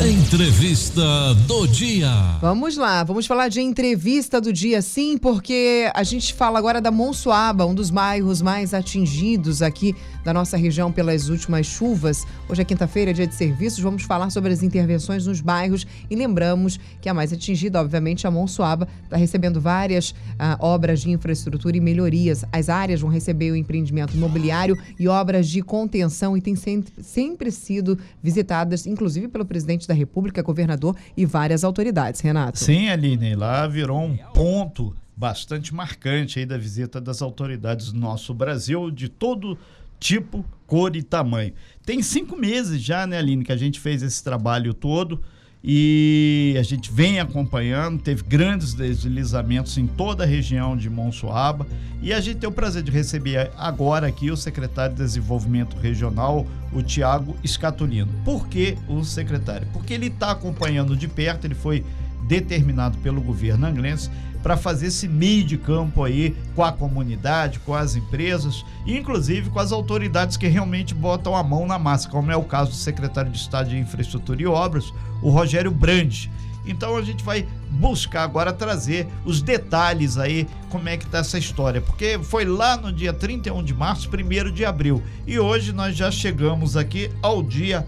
Entrevista do dia. Vamos lá, vamos falar de entrevista do dia, sim, porque a gente fala agora da Monsuaba, um dos bairros mais atingidos aqui da nossa região pelas últimas chuvas. Hoje é quinta-feira, dia de serviços, vamos falar sobre as intervenções nos bairros e lembramos que a mais atingida, obviamente, a Monsuaba, está recebendo várias obras de infraestrutura e melhorias. As áreas vão receber o empreendimento imobiliário e obras de contenção e têm sempre sido visitadas, inclusive pelo presidente da República, governador e várias autoridades. Renato. Sim, Aline, lá virou um ponto bastante marcante aí da visita das autoridades do nosso Brasil, de todo tipo, cor e tamanho. Tem 5 meses já, né, Aline, que a gente fez esse trabalho todo e a gente vem acompanhando, teve grandes deslizamentos em toda a região de Monsuaba e a gente tem o prazer de receber agora aqui o secretário de Desenvolvimento Regional, o Tiago Scatolino. Por que o secretário? Porque ele está acompanhando de perto, ele foi determinado pelo governo anglense para fazer esse meio de campo aí com a comunidade, com as empresas e inclusive com as autoridades que realmente botam a mão na massa, como é o caso do secretário de Estado de Infraestrutura e Obras, o Rogério Brandi. Então a gente vai buscar agora trazer os detalhes aí, como é que tá essa história, porque foi lá no dia 31 de março, 1º de abril, e hoje nós já chegamos aqui ao dia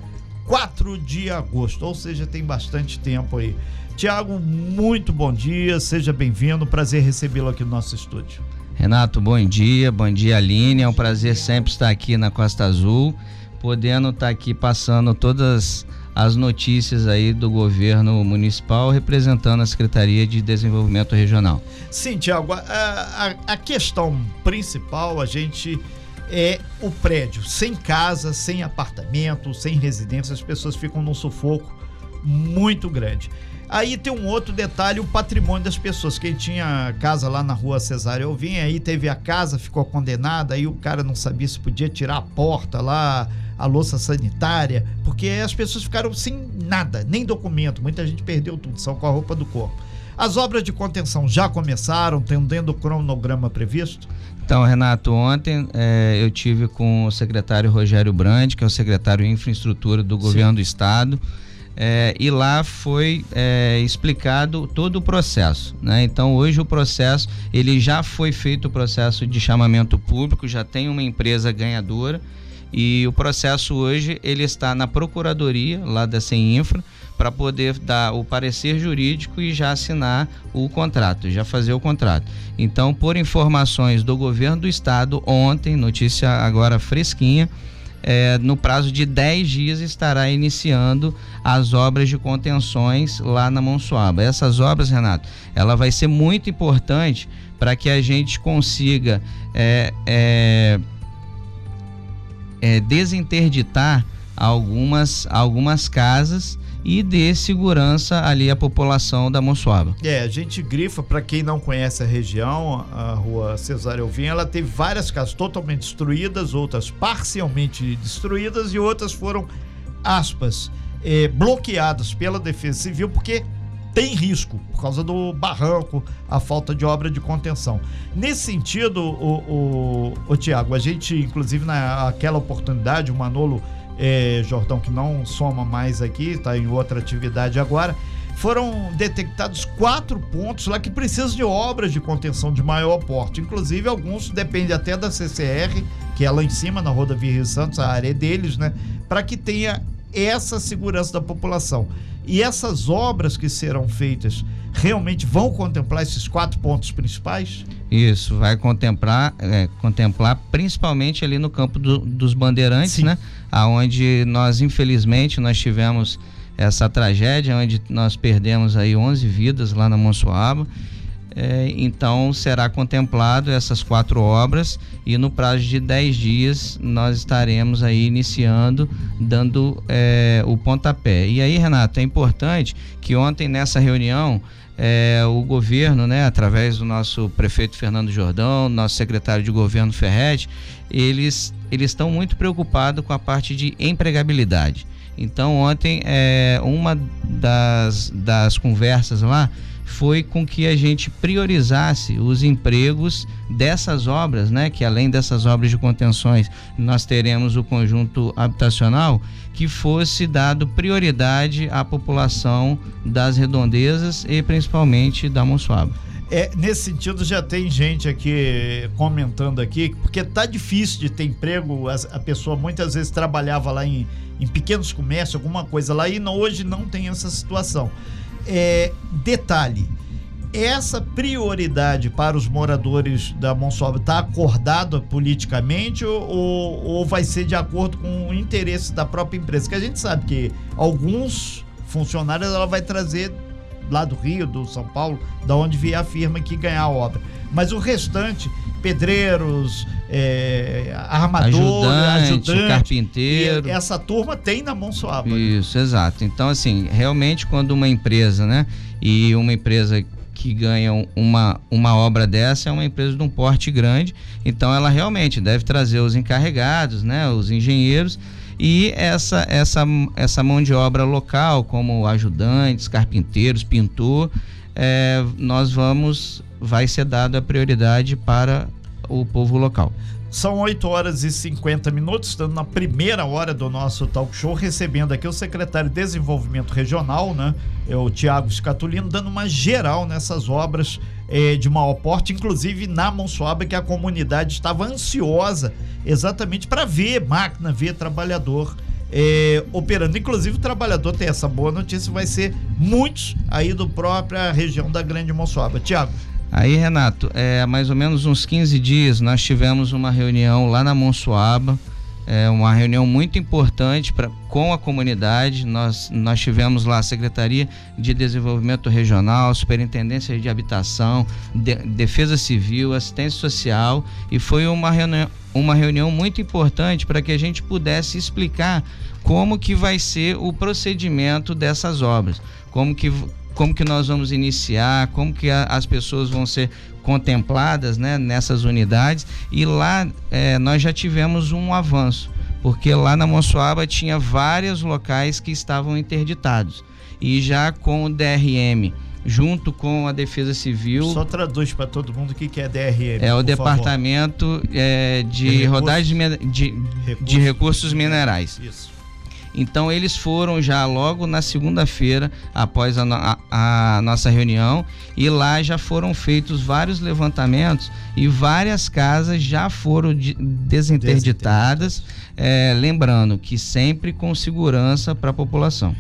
4 de agosto, ou seja, tem bastante tempo aí. Tiago, muito bom dia, seja bem-vindo, prazer recebê-lo aqui no nosso estúdio. Renato, bom dia Aline, é um prazer sempre estar aqui na Costa Azul, podendo estar aqui passando todas as notícias aí do governo municipal, representando a Secretaria de Desenvolvimento Regional. Sim, Tiago, a questão principal, a gente é o prédio, sem casa, sem apartamento, sem residência, as pessoas ficam num sufoco muito grande. Aí tem um outro detalhe, o patrimônio das pessoas. Quem tinha casa lá na rua Cesário Alvim, aí teve a casa, ficou condenada, aí o cara não sabia se podia tirar a porta lá, a louça sanitária, porque as pessoas ficaram sem nada, nem documento, muita gente perdeu tudo, só com a roupa do corpo. As obras de contenção já começaram, tendo o cronograma previsto? Então, Renato, ontem eu tive com o secretário Rogério Brandi, que é o secretário de Infraestrutura do Governo do Estado, e lá foi explicado todo o processo, né? Então hoje o processo, ele já foi feito o processo de chamamento público, já tem uma empresa ganhadora e o processo hoje ele está na procuradoria lá da CEINFRA para poder dar o parecer jurídico e já assinar o contrato, já fazer o contrato. Então, por informações do governo do estado, ontem, notícia agora fresquinha, no prazo de 10 dias estará iniciando as obras de contenções lá na Monsuaba. Essas obras, Renato, ela vai ser muito importante para que a gente consiga desinterditar algumas casas e dê segurança ali à população da Monsuaba. A gente grifa, para quem não conhece a região, a rua Cesário Alvim, ela teve várias casas totalmente destruídas, outras parcialmente destruídas e outras foram, aspas, bloqueadas pela Defesa Civil porque tem risco, por causa do barranco, a falta de obra de contenção. Nesse sentido, o Tiago, a gente, inclusive naquela oportunidade, o Manolo Jordão, que não soma mais aqui, está em outra atividade agora, foram detectados 4 pontos lá que precisam de obras de contenção de maior porte. Inclusive, alguns dependem até da CCR, que é lá em cima, na rodovia Rio Santos, a área é deles, né? Para que tenha essa segurança da população. E essas obras que serão feitas realmente vão contemplar esses 4 pontos principais? Isso, vai contemplar principalmente ali no campo dos Bandeirantes, sim, né? Aonde nós, infelizmente, nós tivemos essa tragédia, onde nós perdemos aí 11 vidas lá na Monsuaba. Então será contemplado essas 4 obras e no prazo de 10 dias nós estaremos aí iniciando, dando o pontapé. E aí, Renato, é importante que ontem nessa reunião o governo, né, através do nosso prefeito Fernando Jordão, nosso secretário de governo Ferretti, eles estão muito preocupados com a parte de empregabilidade. Então ontem uma das conversas lá foi com que a gente priorizasse os empregos dessas obras, né? Que além dessas obras de contenções, nós teremos o conjunto habitacional, que fosse dado prioridade à população das redondezas e principalmente da Monsuaba. Nesse sentido, já tem gente aqui comentando aqui, porque tá difícil de ter emprego, a pessoa muitas vezes trabalhava lá em pequenos comércios, alguma coisa lá, e hoje não tem essa situação. Detalhe, essa prioridade para os moradores da Monsuaba está acordada politicamente ou vai ser de acordo com o interesse da própria empresa? Que a gente sabe que alguns funcionários ela vai trazer lá do Rio, do São Paulo, da onde vier a firma que ganhar a obra. Mas o restante, pedreiros, armador, ajudante, carpinteiro. Essa turma tem na Monsuaba. Isso, né? Exato. Então, assim, realmente quando uma empresa, né, e uma empresa que ganha uma obra dessa é uma empresa de um porte grande, então ela realmente deve trazer os encarregados, né, os engenheiros, e essa mão de obra local, como ajudantes, carpinteiros, pintor, vai ser dada a prioridade para o povo local. São 8h50, estando na primeira hora do nosso talk show, recebendo aqui o secretário de Desenvolvimento Regional, né? O Tiago Scatulino, dando uma geral nessas obras de maior porte, inclusive na Monsuaba, que a comunidade estava ansiosa exatamente para ver máquina, ver trabalhador operando. Inclusive o trabalhador tem essa boa notícia, vai ser muitos aí da própria região da Grande Monsuaba. Tiago. Aí, Renato, há mais ou menos uns 15 dias nós tivemos uma reunião lá na Monsuaba, uma reunião muito importante com a comunidade. Nós tivemos lá a Secretaria de Desenvolvimento Regional, Superintendência de Habitação, Defesa Civil, Assistência Social, e foi uma reunião muito importante para que a gente pudesse explicar como que vai ser o procedimento dessas obras, como que nós vamos iniciar, como que as pessoas vão ser contempladas, né, nessas unidades. E lá nós já tivemos um avanço, porque lá na Monsuaba tinha vários locais que estavam interditados, e já com o DRM, junto com a Defesa Civil... Só traduz para todo mundo o que é DRM, o Departamento de Rodagem de Recursos Minerais. Isso. Então eles foram já logo na segunda-feira, após a nossa reunião, e lá já foram feitos vários levantamentos e várias casas já foram desinterditadas, lembrando que sempre com segurança para a população.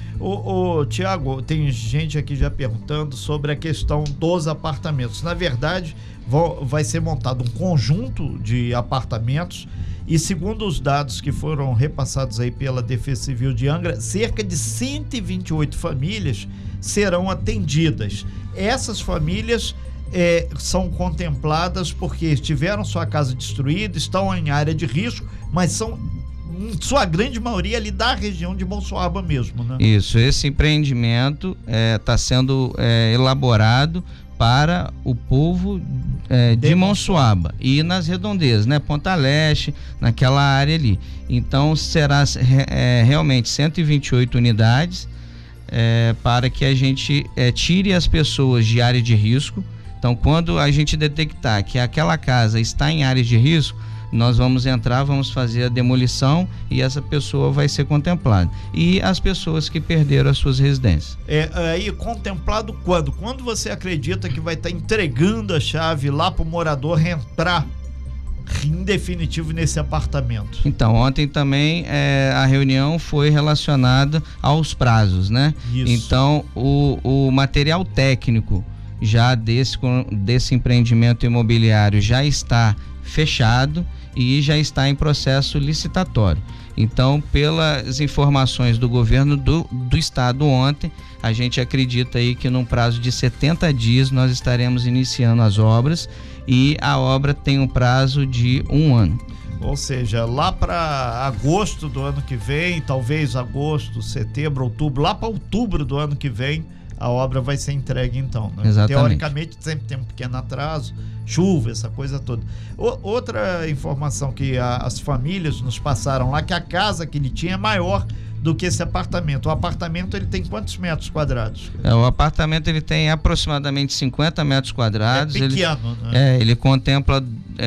Tiago, tem gente aqui já perguntando sobre a questão dos apartamentos. Na verdade, vai ser montado um conjunto de apartamentos. E segundo os dados que foram repassados aí pela Defesa Civil de Angra, cerca de 128 famílias serão atendidas. Essas famílias são contempladas porque tiveram sua casa destruída, estão em área de risco, mas são, em sua grande maioria, ali da região de Monsuaba mesmo, né? Isso, esse empreendimento está sendo elaborado para o povo de Monsuaba e nas redondezas, né? Ponta Leste, naquela área ali. Então será realmente 128 unidades para que a gente tire as pessoas de área de risco. Então, quando a gente detectar que aquela casa está em área de risco, nós vamos entrar, vamos fazer a demolição e essa pessoa vai ser contemplada. E as pessoas que perderam as suas residências. Aí contemplado quando? Quando você acredita que vai estar entregando a chave lá para o morador entrar em definitivo nesse apartamento? Então, ontem também a reunião foi relacionada aos prazos, né? Isso. Então, o material técnico já desse empreendimento imobiliário já está fechado e já está em processo licitatório. Então, pelas informações do governo do estado ontem, a gente acredita aí que num prazo de 70 dias nós estaremos iniciando as obras, e a obra tem um prazo de 1 ano. Ou seja, lá para agosto do ano que vem, talvez agosto, setembro, outubro, lá para outubro do ano que vem, a obra vai ser entregue então, né? Exatamente. Teoricamente sempre tem um pequeno atraso, chuva, essa coisa toda. Outra informação que as famílias nos passaram lá, que a casa que ele tinha é maior do que esse apartamento. O apartamento ele tem quantos metros quadrados? O apartamento ele tem aproximadamente 50 metros quadrados. É pequeno, né? Ele contempla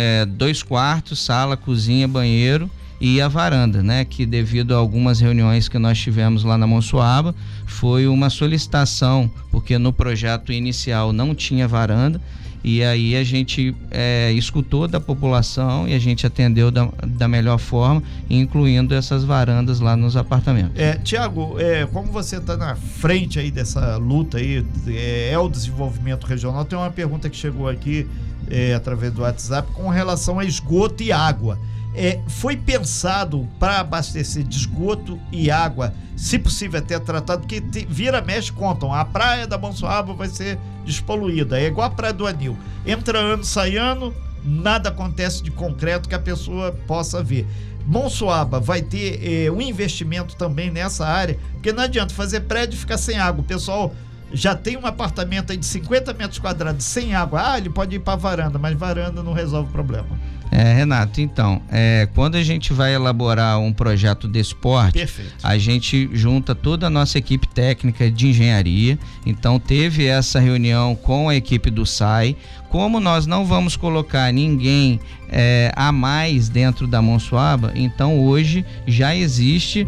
2 quartos, sala, cozinha, banheiro e a varanda, né? Que devido a algumas reuniões que nós tivemos lá na Monsuaba, foi uma solicitação, porque no projeto inicial não tinha varanda, e aí a gente escutou da população e a gente atendeu da melhor forma, incluindo essas varandas lá nos apartamentos. Tiago, como você está na frente aí dessa luta aí, o desenvolvimento regional, tem uma pergunta que chegou aqui através do WhatsApp com relação a esgoto e água. Foi pensado para abastecer de esgoto e água, se possível até tratado, porque vira-mexe contam, a praia da Monsuaba vai ser despoluída, é igual a praia do Anil, entra ano, sai ano, nada acontece de concreto que a pessoa possa ver. Monsuaba vai ter um investimento também nessa área, porque não adianta fazer prédio e ficar sem água. O pessoal já tem um apartamento aí de 50 metros quadrados sem água, ele pode ir para varanda, mas varanda não resolve o problema. Renato, então, quando a gente vai elaborar um projeto desse porte, perfeito, a gente junta toda a nossa equipe técnica de engenharia. Então teve essa reunião com a equipe do SAI. Como nós não vamos colocar ninguém a mais dentro da Monsuaba, então hoje já existe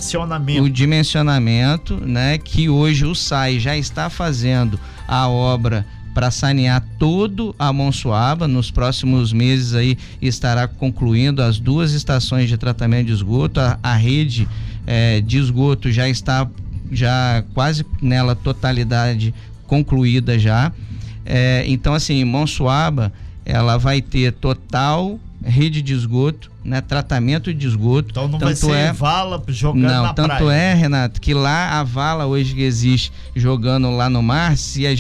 o dimensionamento, né, que hoje o SAI já está fazendo a obra para sanear todo a Monsuaba. Nos próximos meses aí estará concluindo as 2 estações de tratamento de esgoto. A rede de esgoto já está quase nela totalidade concluída já. Então assim, Monsuaba ela vai ter total rede de esgoto, né, tratamento de esgoto. Então não vai ser vala jogando na praia. Tanto Renato, que lá a vala hoje que existe jogando lá no mar,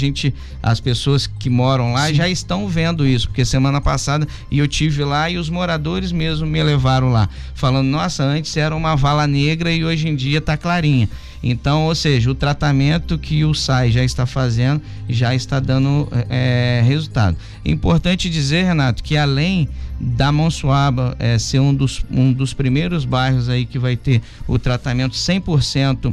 as pessoas que moram lá, sim, já estão vendo isso, porque semana passada eu tive lá e os moradores mesmo me levaram lá, falando, nossa, antes era uma vala negra e hoje em dia tá clarinha. Então, ou seja, o tratamento que o SAI já está fazendo já está dando resultado. Importante dizer, Renato, que além da Monsuaba ser um dos primeiros bairros aí que vai ter o tratamento 100%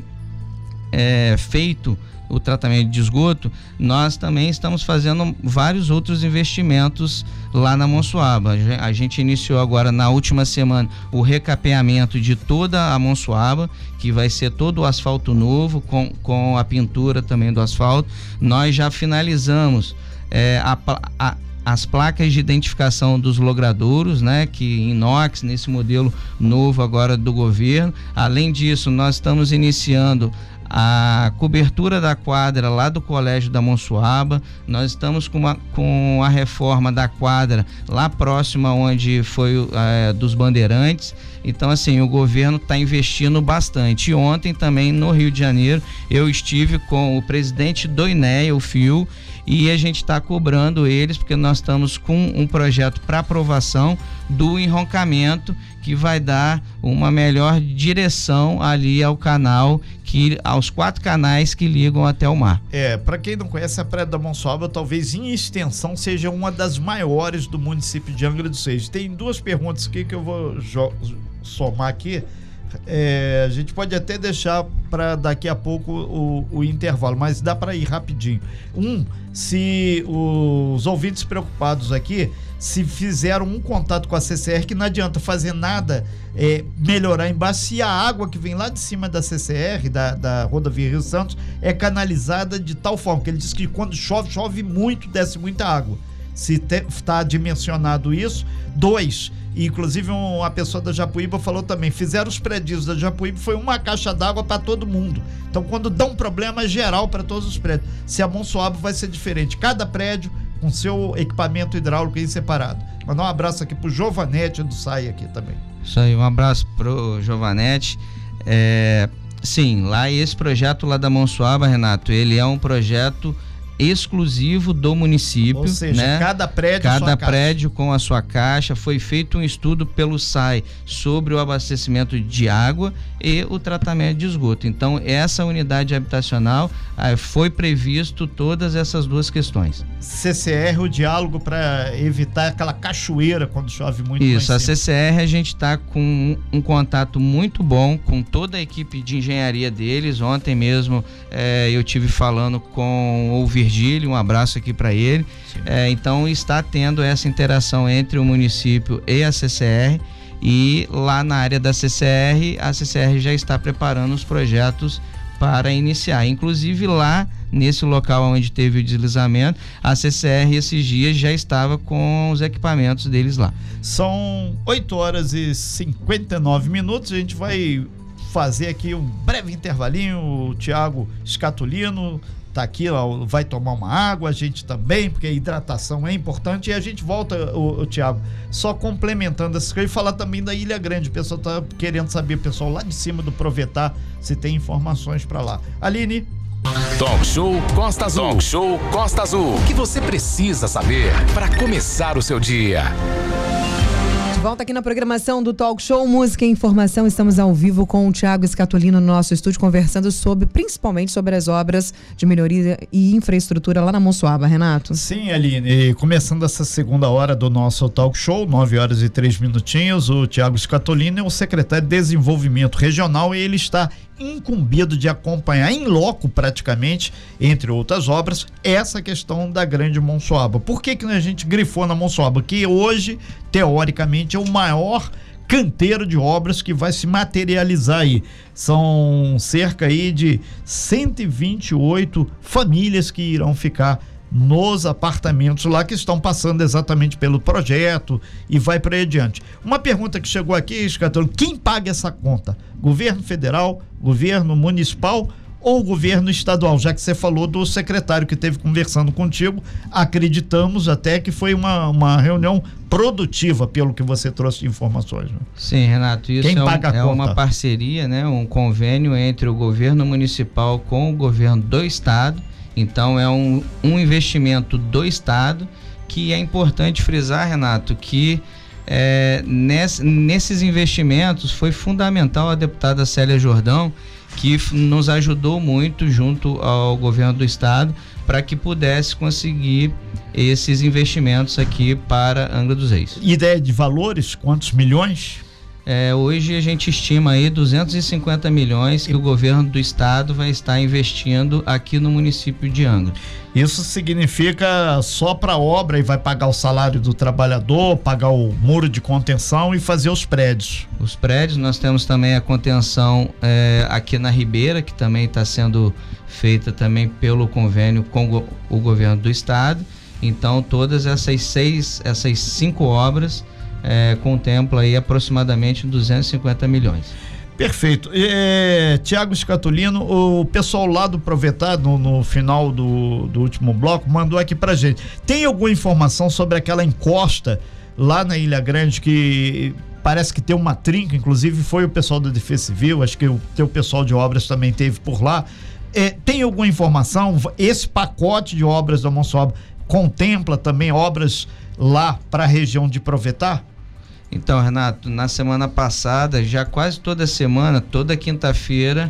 feito, o tratamento de esgoto, nós também estamos fazendo vários outros investimentos lá na Monsuaba. A gente iniciou agora na última semana o recapeamento de toda a Monsuaba, que vai ser todo o asfalto novo, com a pintura também do asfalto. Nós já finalizamos as placas de identificação dos logradouros, né, que inox, nesse modelo novo agora do governo. Além disso, nós estamos iniciando a cobertura da quadra lá do Colégio da Monsuaba. Nós estamos com a reforma da quadra lá próxima onde foi dos Bandeirantes. Então assim, o governo está investindo bastante. E ontem também no Rio de Janeiro eu estive com o presidente do INEA, o FIU, e a gente está cobrando eles, porque nós estamos com um projeto para aprovação do enroncamento, que vai dar uma melhor direção ali ao canal, aos 4 canais que ligam até o mar. Para quem não conhece, a Praia da Monsuaba talvez em extensão seja uma das maiores do município de Angra dos Reis. Tem 2 perguntas aqui que eu vou somar aqui. A gente pode até deixar para daqui a pouco o intervalo, mas dá para ir rapidinho. Se os ouvintes preocupados aqui, se fizeram um contato com a CCR, que não adianta fazer nada melhorar embaixo, se a água que vem lá de cima da CCR, da rodovia Rio Santos, é canalizada de tal forma que ele diz que quando chove muito, desce muita água. Se está dimensionado isso. 2, inclusive uma pessoa da Japuíba falou também, fizeram os prédios da Japuíba, foi uma caixa d'água para todo mundo. Então quando dá um problema é geral para todos os prédios. Se a Monsuaba vai ser diferente, cada prédio com seu equipamento hidráulico aí separado. Mandar um abraço aqui pro Giovanetti do SAI aqui também. Isso aí, um abraço pro Giovanetti. Sim, lá esse projeto lá da Monsuaba, Renato, ele é um projeto exclusivo do município. Ou seja, né? Cada prédio com a sua caixa. Foi feito um estudo pelo SAI sobre o abastecimento de água e o tratamento de esgoto. Então essa unidade habitacional foi previsto todas essas duas questões. CCR, o diálogo para evitar aquela cachoeira quando chove muito. Isso, a CCR a gente está com um contato muito bom com toda a equipe de engenharia deles. Ontem mesmo eu tive falando com o Virgílio, um abraço aqui para ele. Então está tendo essa interação entre o município e a CCR, e lá na área da CCR, a CCR já está preparando os projetos para iniciar. Inclusive lá nesse local onde teve o deslizamento, a CCR esses dias já estava com os equipamentos deles lá. São 8h59, a gente vai fazer aqui um breve intervalinho. O Thiago Scatolino tá aqui, ó, vai tomar uma água, a gente também, porque a hidratação é importante, e a gente volta, o Thiago, só complementando essa coisa, e falar também da Ilha Grande. O pessoal tá querendo saber, pessoal lá de cima do Provetar, se tem informações para lá. Aline? Talk Show Costa Azul. Talk Show Costa Azul. O que você precisa saber para começar o seu dia? De volta aqui na programação do Talk Show Música e Informação. Estamos ao vivo com o Thiago Scatolino no nosso estúdio, conversando principalmente sobre as obras de melhoria e infraestrutura lá na Monsuaba, Renato. Sim, Aline, começando essa segunda hora do nosso Talk Show, 9h03, o Thiago Scatolino é o secretário de Desenvolvimento Regional, e ele está incumbido de acompanhar em loco, praticamente, entre outras obras, essa questão da Grande Monsuaba. Por que a gente grifou na Monsuaba? Que hoje, teoricamente, é o maior canteiro de obras que vai se materializar aí. São cerca aí de 128 famílias que irão ficar nos apartamentos lá, que estão passando exatamente pelo projeto e vai para aí adiante. Uma pergunta que chegou aqui, Scatolino: quem paga essa conta? Governo federal, governo municipal ou governo estadual? Já que você falou do secretário que esteve conversando contigo, acreditamos até que foi uma reunião produtiva, pelo que você trouxe de informações, né? Sim, Renato, isso é uma parceria, né? Um convênio entre o governo municipal com o governo do estado. Então é um investimento do estado, que é importante frisar, Renato, que nesses investimentos foi fundamental a deputada Célia Jordão, que nos ajudou muito junto ao governo do estado para que pudesse conseguir esses investimentos aqui para Angra dos Reis. Ideia de valores? Quantos milhões? Hoje a gente estima aí 250 milhões que o governo do estado vai estar investindo aqui no município de Angra. Isso significa só para obra, e vai pagar o salário do trabalhador, pagar o muro de contenção e fazer os prédios. Os prédios, nós temos também a contenção aqui na Ribeira, que também está sendo feita também pelo convênio com o governo do estado. Então todas essas 5 obras contempla aí aproximadamente 250 milhões. Perfeito. Thiago Scatolino, o pessoal lá do Provetar, no final do último bloco, mandou aqui pra gente. Tem alguma informação sobre aquela encosta lá na Ilha Grande que parece que tem uma trinca? Inclusive foi o pessoal da Defesa Civil, acho que o teu pessoal de obras também teve por lá. Tem alguma informação? Esse pacote de obras da Monsuaba contempla também obras lá para a região de Provetar? Então, Renato, na semana passada, já quase toda semana, toda quinta-feira,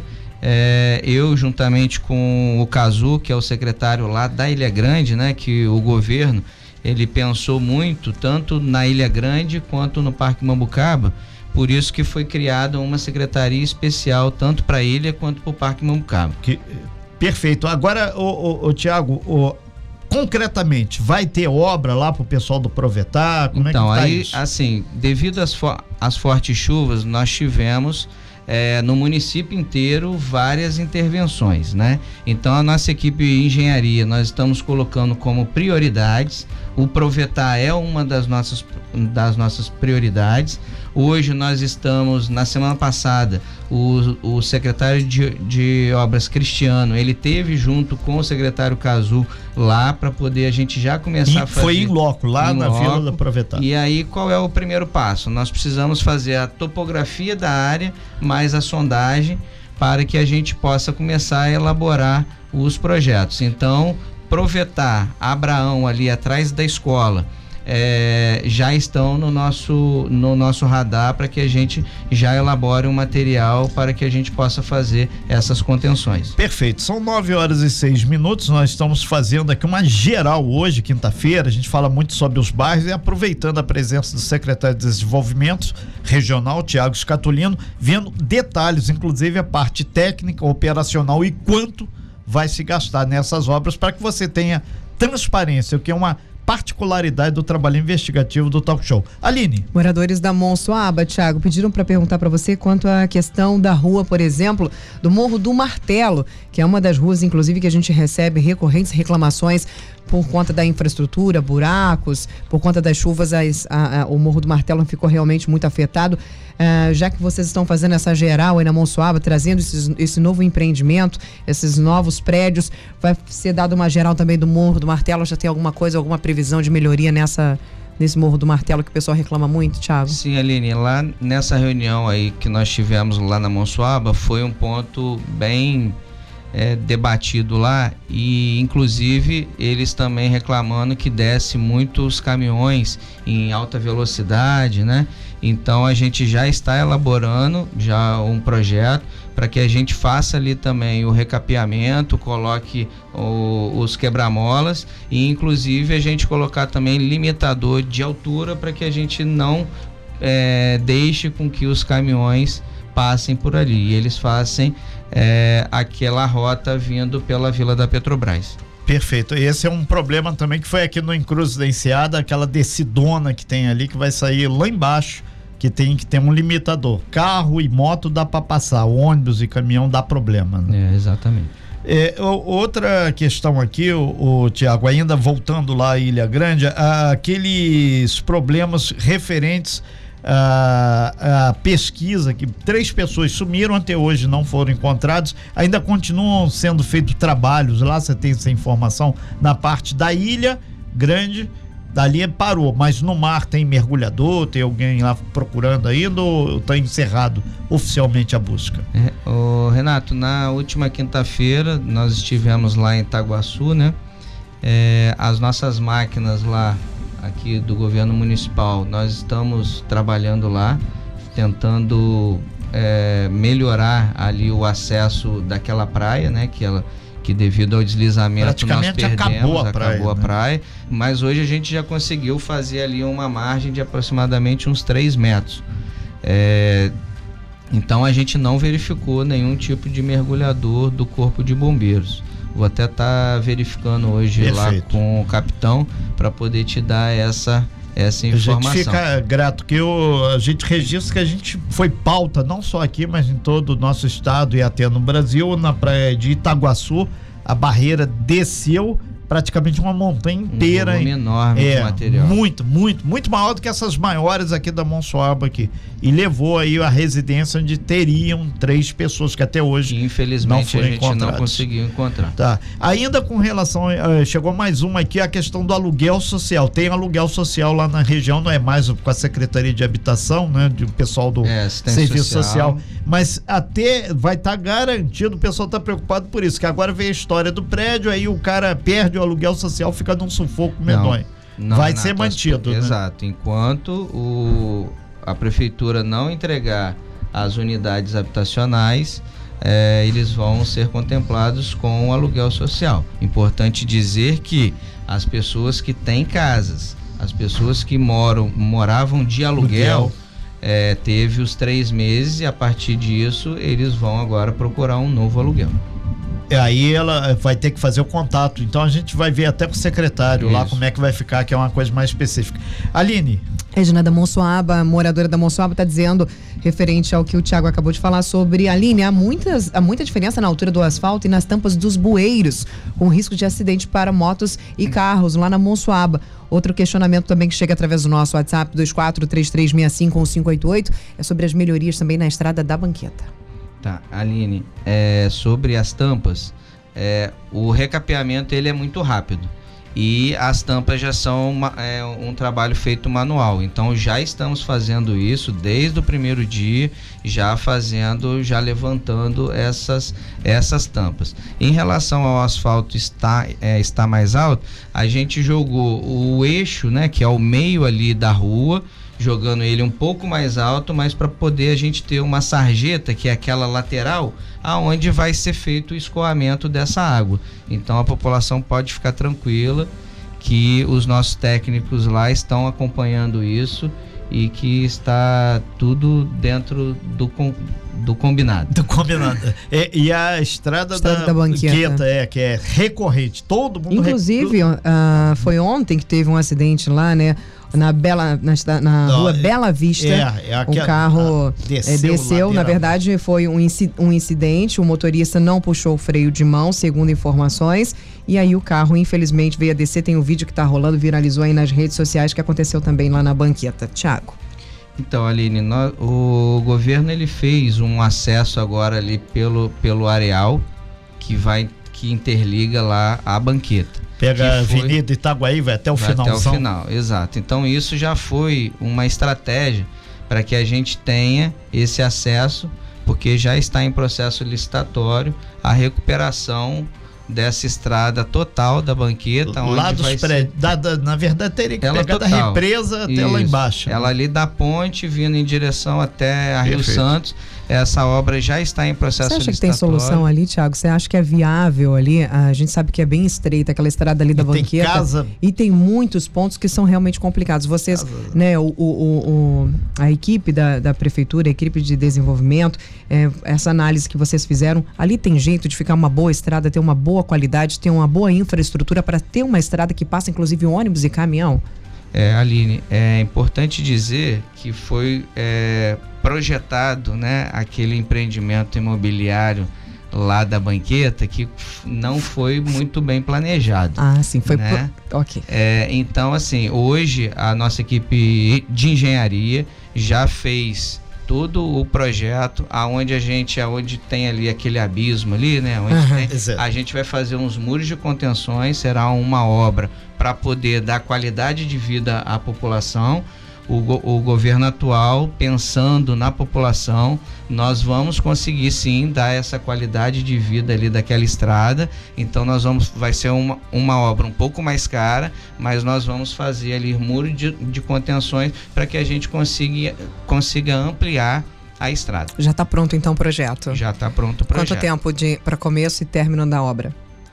eu juntamente com o Cazu, que é o secretário lá da Ilha Grande, né, que o governo, ele pensou muito, tanto na Ilha Grande quanto no Parque Mambucaba, por isso que foi criada uma secretaria especial, tanto para a ilha quanto para o Parque Mambucaba. Perfeito. Agora, Thiago, concretamente, vai ter obra lá pro pessoal do Provetar? Como então, é que tá aí, isso? assim, devido às fortes chuvas, nós tivemos no município inteiro várias intervenções, né? Então, a nossa equipe de engenharia, nós estamos colocando como prioridades. O Provetar é uma das nossas prioridades. Hoje nós estamos, na semana passada, o secretário de obras Cristiano, ele teve junto com o secretário Cazu lá para poder a gente já começar a fazer. Foi em loco, lá na Vila da Provetar. E aí qual é o primeiro passo? Nós precisamos fazer a topografia da área, mais a sondagem, para que a gente possa começar a elaborar os projetos. Então, Provetar, Abraão ali atrás da escola, já estão no nosso radar para que a gente já elabore um material para que a gente possa fazer essas contenções. Perfeito, são 9h06, nós estamos fazendo aqui uma geral hoje, quinta-feira, a gente fala muito sobre os bairros e aproveitando a presença do secretário de Desenvolvimento Regional, Tiago Scatolino, vendo detalhes, inclusive a parte técnica, operacional e quanto vai se gastar nessas obras para que você tenha transparência, o que é uma particularidade do trabalho investigativo do Talk Show. Aline. Moradores da Monsuaba, Thiago, pediram para perguntar para você quanto à questão da rua, por exemplo, do Morro do Martelo, que é uma das ruas, inclusive, que a gente recebe recorrentes reclamações por conta da infraestrutura, buracos, por conta das chuvas, o Morro do Martelo ficou realmente muito afetado. Já que vocês estão fazendo essa geral aí na Monsuaba, trazendo esse novo empreendimento, esses novos prédios, vai ser dado uma geral também do Morro do Martelo? Já tem alguma coisa, alguma previsão de melhoria nesse Morro do Martelo que o pessoal reclama muito, Thiago? Sim, Aline, lá nessa reunião aí que nós tivemos lá na Monsuaba, foi um ponto bem debatido lá, e inclusive eles também reclamando que desce muitos caminhões em alta velocidade, né? Então a gente já está elaborando já um projeto para que a gente faça ali também o recapeamento, coloque os quebra-molas e inclusive a gente colocar também limitador de altura para que a gente não deixe com que os caminhões passem por ali e eles façam aquela rota vindo pela Vila da Petrobras. Perfeito, esse é um problema também que foi aqui no Encruzilhado da Enseada, aquela descidona que tem ali que vai sair lá embaixo, que tem que ter um limitador. Carro e moto dá para passar, ônibus e caminhão dá problema, né? Exatamente. Outra questão aqui, o Tiago, ainda voltando lá à Ilha Grande, aqueles problemas referentes a pesquisa, que 3 pessoas sumiram até hoje, não foram encontrados, ainda continuam sendo feitos trabalhos lá, você tem essa informação, na parte da Ilha Grande, dali parou, mas no mar tem mergulhador, tem alguém lá procurando ainda ou está encerrado oficialmente a busca? Renato, na última quinta-feira nós estivemos lá em Itaguaçu, né? As nossas máquinas lá aqui do governo municipal, nós estamos trabalhando lá, tentando melhorar ali o acesso daquela praia, né? Que devido ao deslizamento nós perdemos, acabou a praia, mas hoje a gente já conseguiu fazer ali uma margem de aproximadamente uns 3 metros. Então a gente não verificou nenhum tipo de mergulhador do Corpo de Bombeiros. Vou até estar verificando hoje. Perfeito. Lá com o capitão para poder te dar essa informação. A gente fica grato que a gente registra que a gente foi pauta não só aqui, mas em todo o nosso estado e até no Brasil, na praia de Itaguaçu, a barreira desceu praticamente uma montanha inteira. Um volume enorme de material. Muito maior do que essas maiores aqui da Monsuaba aqui. E levou aí a residência onde teriam 3 pessoas que até hoje infelizmente a gente não conseguiu encontrar. Tá. Ainda com relação, chegou mais uma aqui, a questão do aluguel social. Tem aluguel social lá na região, não é mais com a Secretaria de Habitação, né? Do pessoal do Serviço Social. Mas até vai estar garantido, o pessoal está preocupado por isso, que agora vem a história do prédio, aí o cara perde o aluguel social, fica num sufoco medonho. Vai ser mantido, né? Exato. Enquanto a prefeitura não entregar as unidades habitacionais, eles vão ser contemplados com o aluguel social. Importante dizer que as pessoas que têm casas, as pessoas que moravam de aluguel, teve os 3 meses e a partir disso eles vão agora procurar um novo aluguel. Aí ela vai ter que fazer o contato, então a gente vai ver até com o secretário lá como é que vai ficar, que é uma coisa mais específica. Aline. Regina da Monsuaba, moradora da Monsuaba, está dizendo, referente ao que o Thiago acabou de falar sobre, Aline, há muita diferença na altura do asfalto e nas tampas dos bueiros, com risco de acidente para motos e carros lá na Monsuaba. Outro questionamento também que chega através do nosso WhatsApp 2433651588 é sobre as melhorias também na estrada da Banqueta. Tá, Aline, sobre as tampas, o recapeamento ele é muito rápido. e as tampas já são um trabalho feito manual. Então já estamos fazendo isso desde o primeiro dia, já levantando essas tampas. Em relação ao asfalto está mais alto, a gente jogou o eixo, né, que é o meio ali da rua, jogando ele um pouco mais alto, mas para poder a gente ter uma sarjeta, que é aquela lateral, aonde vai ser feito o escoamento dessa água. Então a população pode ficar tranquila que os nossos técnicos lá estão acompanhando isso e que está tudo dentro do combinado. Do combinado. E a estrada da Banqueta, que é recorrente, todo mundo... Inclusive, foi ontem que teve um acidente lá, né? Na rua Bela Vista, um carro desceu. Na verdade, foi um incidente. O motorista não puxou o freio de mão, segundo informações. E aí o carro, infelizmente, veio a descer. Tem um vídeo que está rolando, viralizou aí nas redes sociais, que aconteceu também lá na Banqueta. Tiago. Então, Aline, o governo ele fez um acesso agora ali pelo areal que interliga lá a Banqueta. Pega a Avenida Itaguaí, vai até o final. Até o final, exato. Então isso já foi uma estratégia para que a gente tenha esse acesso, porque já está em processo licitatório a recuperação dessa estrada total da Banqueta. Lá onde dos prédios, na verdade teria que pegar da represa até lá embaixo. Ela ali da ponte vindo em direção até a Rio Santos. Essa obra já está em processo licitatório. Você acha que tem solução ali, Tiago? Você acha que é viável ali? A gente sabe que é bem estreita aquela estrada ali da Banqueta. E tem muitos pontos que são realmente complicados. Vocês, né, a equipe da prefeitura, a equipe de desenvolvimento, essa análise que vocês fizeram, ali tem jeito de ficar uma boa estrada, ter uma boa qualidade, ter uma boa infraestrutura para ter uma estrada que passa inclusive ônibus e caminhão? Aline, é importante dizer que foi projetado, né, aquele empreendimento imobiliário lá da Banqueta que não foi muito bem planejado. Ah, sim, foi, né? Ok. Então, assim, hoje a nossa equipe de engenharia já fez todo o projeto, aonde tem ali aquele abismo ali, né? A gente vai fazer uns muros de contenções, será uma obra para poder dar qualidade de vida à população. O governo atual, pensando na população, nós vamos conseguir sim dar essa qualidade de vida ali daquela estrada. Então vai ser uma obra um pouco mais cara, mas nós vamos fazer ali muro de contenções para que a gente consiga ampliar a estrada. Já está pronto então o projeto? Já está pronto o projeto. Quanto tempo para começo e término da obra?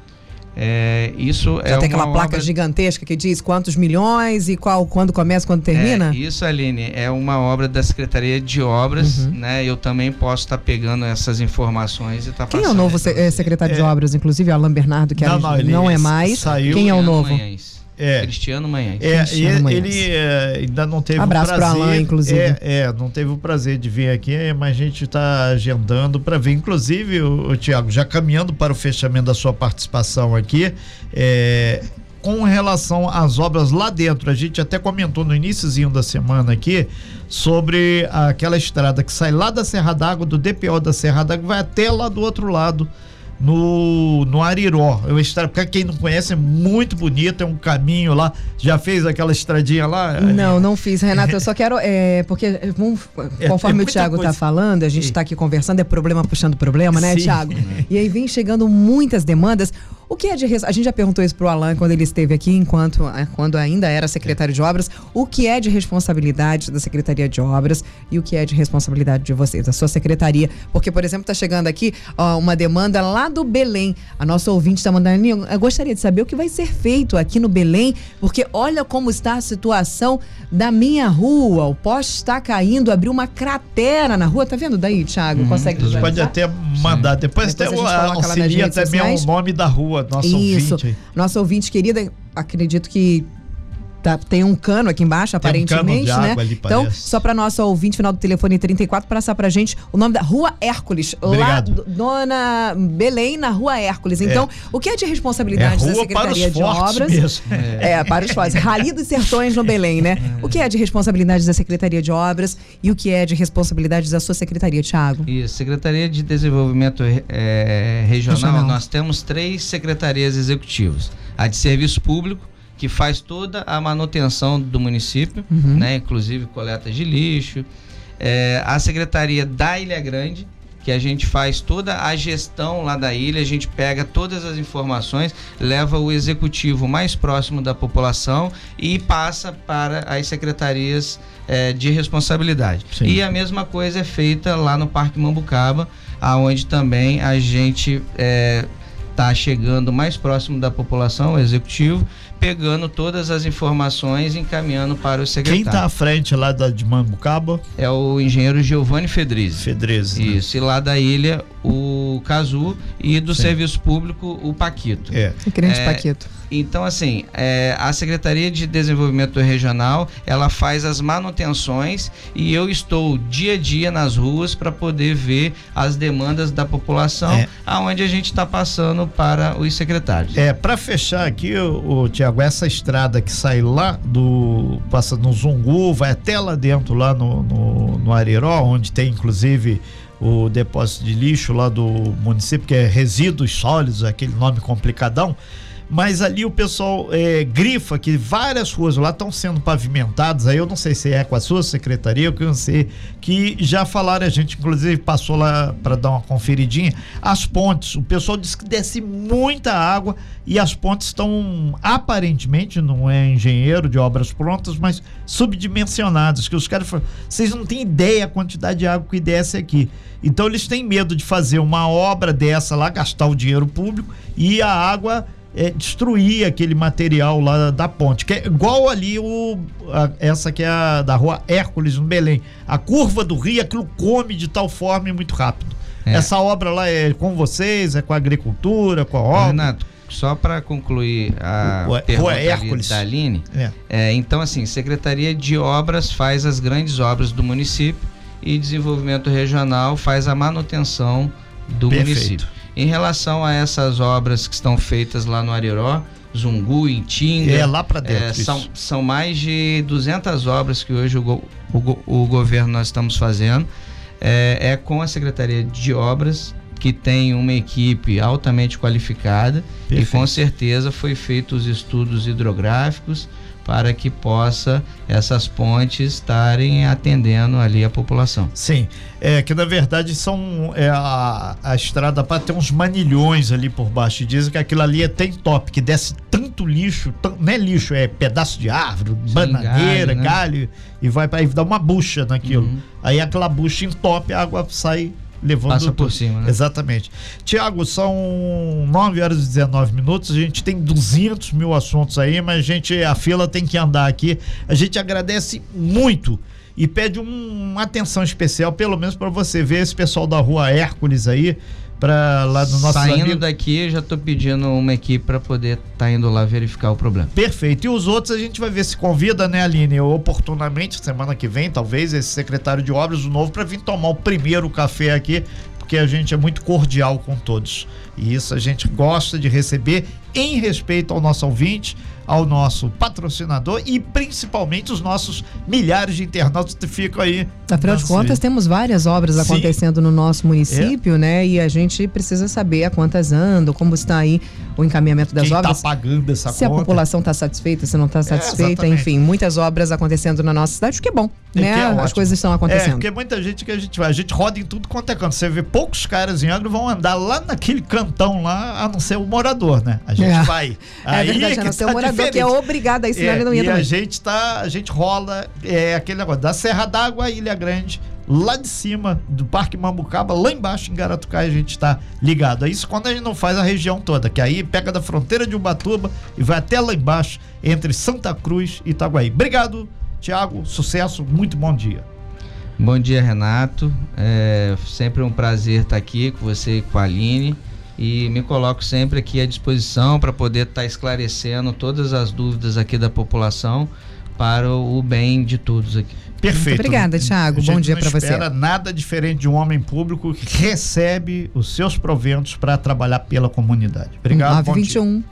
Isso já tem aquela placa gigantesca que diz quantos milhões e quando começa, quando termina? Isso, Aline, é uma obra da Secretaria de Obras, né? Eu também posso estar pegando essas informações e estar passando. Quem é o novo secretário de Obras? Inclusive, Alan Bernardo, que não é mais. Saiu. Quem é o novo? Cristiano Manhães. Ele ainda não teve abraço o prazer. Alan, inclusive. Não teve o prazer de vir aqui, mas a gente está agendando para ver. Inclusive, o Tiago, já caminhando para o fechamento da sua participação aqui, com relação às obras lá dentro, a gente até comentou no iniciozinho da semana aqui sobre aquela estrada que sai lá da Serra d'Água, do DPO da Serra d'Água, vai até lá do outro lado, no Ariró. Pra quem não conhece, é muito bonito, é um caminho lá. Já fez aquela estradinha lá? Não fiz, Renato. Eu só quero, porque conforme o Thiago tá falando, a gente tá aqui conversando, é problema puxando problema, né, Thiago? E aí vem chegando muitas demandas. O que é de... A gente já perguntou isso pro Alan quando ele esteve aqui, quando ainda era secretário de Obras. O que é de responsabilidade da Secretaria de Obras e o que é de responsabilidade de vocês, da sua secretaria? Porque, por exemplo, tá chegando aqui uma demanda lá do Belém. A nossa ouvinte está mandando, eu gostaria de saber o que vai ser feito aqui no Belém, porque olha como está a situação da minha rua. O poste está caindo, abriu uma cratera na rua. Tá vendo daí, Thiago? Consegue visualizar? Pode até mandar. Depois até auxilia também o nome da rua. Nossa ouvinte querida, acredito que tem um cano aqui embaixo, aparentemente, né? Então, só para nossa ouvinte, final do telefone 34, passar pra gente o nome da Rua Hércules. Obrigado. Lá, Dona Belém, na Rua Hércules. Então, o que é de responsabilidade da Secretaria de Obras? Para os fortes. Rally dos Sertões no Belém, né? O que é de responsabilidade da Secretaria de Obras e o que é de responsabilidade da sua secretaria, Thiago? Isso, Secretaria de Desenvolvimento Regional, nós temos 3 secretarias executivas. A de Serviço Público, que faz toda a manutenção do município, né, inclusive coleta de lixo. A Secretaria da Ilha Grande, que a gente faz toda a gestão lá da ilha, a gente pega todas as informações, leva o executivo mais próximo da população e passa para as secretarias de responsabilidade. Sim. E a mesma coisa é feita lá no Parque Mambucaba, aonde também a gente está chegando mais próximo da população, o executivo, pegando todas as informações e encaminhando para o secretário. Quem está à frente lá de Mambucaba? É o engenheiro Giovanni Fedrizzi. Isso, né? E lá da ilha, o Cazu, e do Serviço Público, o Paquito. O grande Paquito. Então, assim, a Secretaria de Desenvolvimento Regional, ela faz as manutenções e eu estou dia a dia nas ruas para poder ver as demandas da população, aonde a gente está passando para os secretários. Para fechar aqui, Tiago, essa estrada que sai lá passa no Zungu, vai até lá dentro, lá no Ariró, onde tem inclusive o depósito de lixo lá do município, que é Resíduos Sólidos, aquele nome complicadão. Mas ali o pessoal grifa que várias ruas lá estão sendo pavimentadas. Aí eu não sei se é com a sua secretaria, eu não sei, que já falaram, a gente inclusive passou lá para dar uma conferidinha. As pontes, o pessoal disse que desce muita água e as pontes estão, aparentemente, não é engenheiro de obras prontas, mas subdimensionadas, que os caras falam, vocês não têm ideia a quantidade de água que desce aqui. Então eles têm medo de fazer uma obra dessa lá, gastar o dinheiro público e a água destruir aquele material lá da ponte, que é igual ali essa que é a da rua Hércules no Belém, a curva do rio, aquilo come de tal forma e muito rápido. Essa obra lá é com vocês, é com a agricultura, com a obra? Renato, só para concluir a pergunta Hércules da Aline, então assim, Secretaria de Obras faz as grandes obras do município e Desenvolvimento Regional faz a manutenção do município. Em relação a essas obras que estão feitas lá no Ariró, Zungu, Itinga, lá para dentro, são mais de 200 obras que hoje o governo nós estamos fazendo, com a Secretaria de Obras, que tem uma equipe altamente qualificada. Perfeito. E com certeza foi feito os estudos hidrográficos para que possa essas pontes estarem atendendo ali a população. Sim, que na verdade são a estrada para ter uns manilhões ali por baixo, e dizem que aquilo ali tem top, que desce tanto lixo, não é lixo, é pedaço de árvore, bananeira, galho, e vai para aí dar uma bucha naquilo. Aí aquela bucha entope, a água sai levando passa por cima, né? Exatamente. Tiago, são 9h19, a gente tem 200 mil assuntos aí, mas a fila tem que andar aqui. A gente agradece muito e pede uma atenção especial, pelo menos para você ver esse pessoal da rua Hércules aí, para lá no nosso saindo daqui, já tô pedindo uma equipe para poder estar indo lá verificar o problema. Perfeito. E os outros a gente vai ver se convida, né, Aline, oportunamente, semana que vem, talvez, esse secretário de obras, o novo, para vir tomar o primeiro café aqui, porque a gente é muito cordial com todos. E isso a gente gosta de receber em respeito ao nosso ouvinte, ao nosso patrocinador e principalmente os nossos milhares de internautas que ficam aí. Afinal de contas, temos várias obras acontecendo no nosso município, né? E a gente precisa saber a quantas andam, como está aí o encaminhamento das obras. Quem está pagando essa conta. Se a população está satisfeita, se não está satisfeita, enfim, muitas obras acontecendo na nossa cidade, o que é bom, né? As coisas estão acontecendo. Porque muita gente que a gente roda em tudo quanto é canto. Você vê poucos caras em Angra vão andar lá naquele cantão lá, a não ser o morador, né? A gente vai. Aí verdade, a não ser o morador, que é obrigado, aí senão ele não ia também. A gente rola aquele negócio da Serra d'Água, Ilha Grande, lá de cima do Parque Mambucaba, lá embaixo em Garatucaia, a gente está ligado. É isso quando a gente não faz a região toda, que aí pega da fronteira de Ubatuba e vai até lá embaixo, entre Santa Cruz e Itaguaí. Obrigado, Tiago, sucesso, muito bom dia. Bom dia, Renato, sempre um prazer estar aqui com você e com a Aline, e me coloco sempre aqui à disposição para poder estar esclarecendo todas as dúvidas aqui da população para o bem de todos aqui. Perfeito. Muito obrigada, Tiago. Bom dia para você. Não espera nada diferente de um homem público que recebe os seus proventos para trabalhar pela comunidade. Obrigado. 9h21.